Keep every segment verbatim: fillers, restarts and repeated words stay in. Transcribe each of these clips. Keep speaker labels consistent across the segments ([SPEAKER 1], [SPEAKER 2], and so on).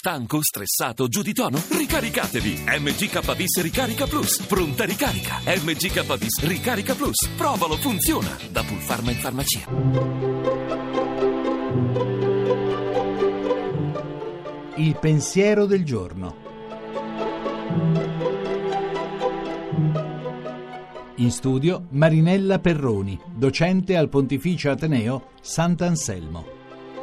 [SPEAKER 1] Stanco, stressato, giù di tono? Ricaricatevi! M G K Bis Ricarica Plus. Pronta ricarica. M G K Bis Ricarica Plus. Provalo, funziona. Da Pulpharma in farmacia.
[SPEAKER 2] Il pensiero del giorno. In studio Marinella Perroni, docente al Pontificio Ateneo Sant'Anselmo.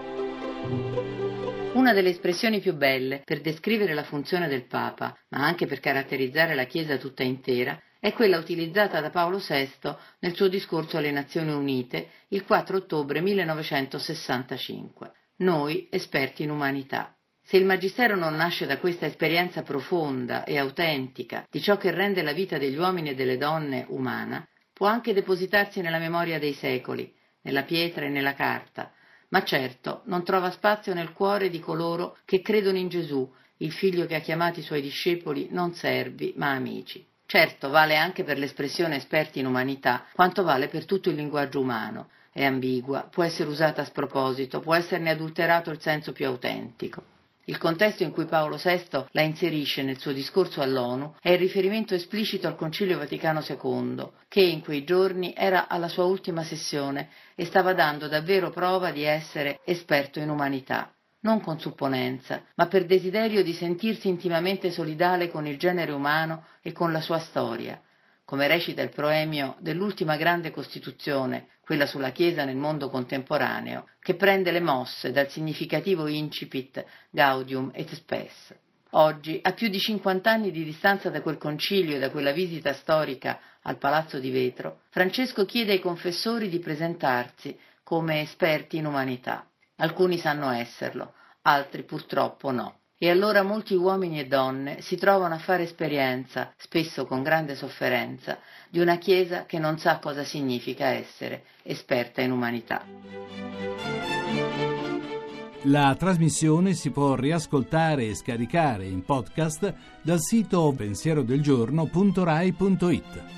[SPEAKER 3] Una delle espressioni più belle per descrivere la funzione del Papa, ma anche per caratterizzare la Chiesa tutta intera, è quella utilizzata da Paolo sesto nel suo discorso alle Nazioni Unite il quattro ottobre millenovecentosessantacinque. Noi, esperti in umanità. Se il Magistero non nasce da questa esperienza profonda e autentica di ciò che rende la vita degli uomini e delle donne umana, può anche depositarsi nella memoria dei secoli, nella pietra e nella carta, ma certo non trova spazio nel cuore di coloro che credono in Gesù, il Figlio che ha chiamato i suoi discepoli non servi ma amici. Certo, vale anche per l'espressione esperti in umanità quanto vale per tutto il linguaggio umano. È ambigua, può essere usata a sproposito, può esserne adulterato il senso più autentico. Il contesto in cui Paolo sesto la inserisce nel suo discorso all'ONU è il riferimento esplicito al Concilio Vaticano secondo, che in quei giorni era alla sua ultima sessione e stava dando davvero prova di essere esperto in umanità, non con supponenza, ma per desiderio di sentirsi intimamente solidale con il genere umano e con la sua storia. Come recita il proemio dell'ultima grande Costituzione, quella sulla Chiesa nel mondo contemporaneo, che prende le mosse dal significativo incipit Gaudium et Spes. Oggi, a più di cinquant'anni di distanza da quel concilio e da quella visita storica al Palazzo di Vetro, Francesco chiede ai confessori di presentarsi come esperti in umanità. Alcuni sanno esserlo, altri purtroppo no. E allora molti uomini e donne si trovano a fare esperienza, spesso con grande sofferenza, di una Chiesa che non sa cosa significa essere esperta in umanità.
[SPEAKER 2] La trasmissione si può riascoltare e scaricare in podcast dal sito pensierodelgiorno punto rai punto it.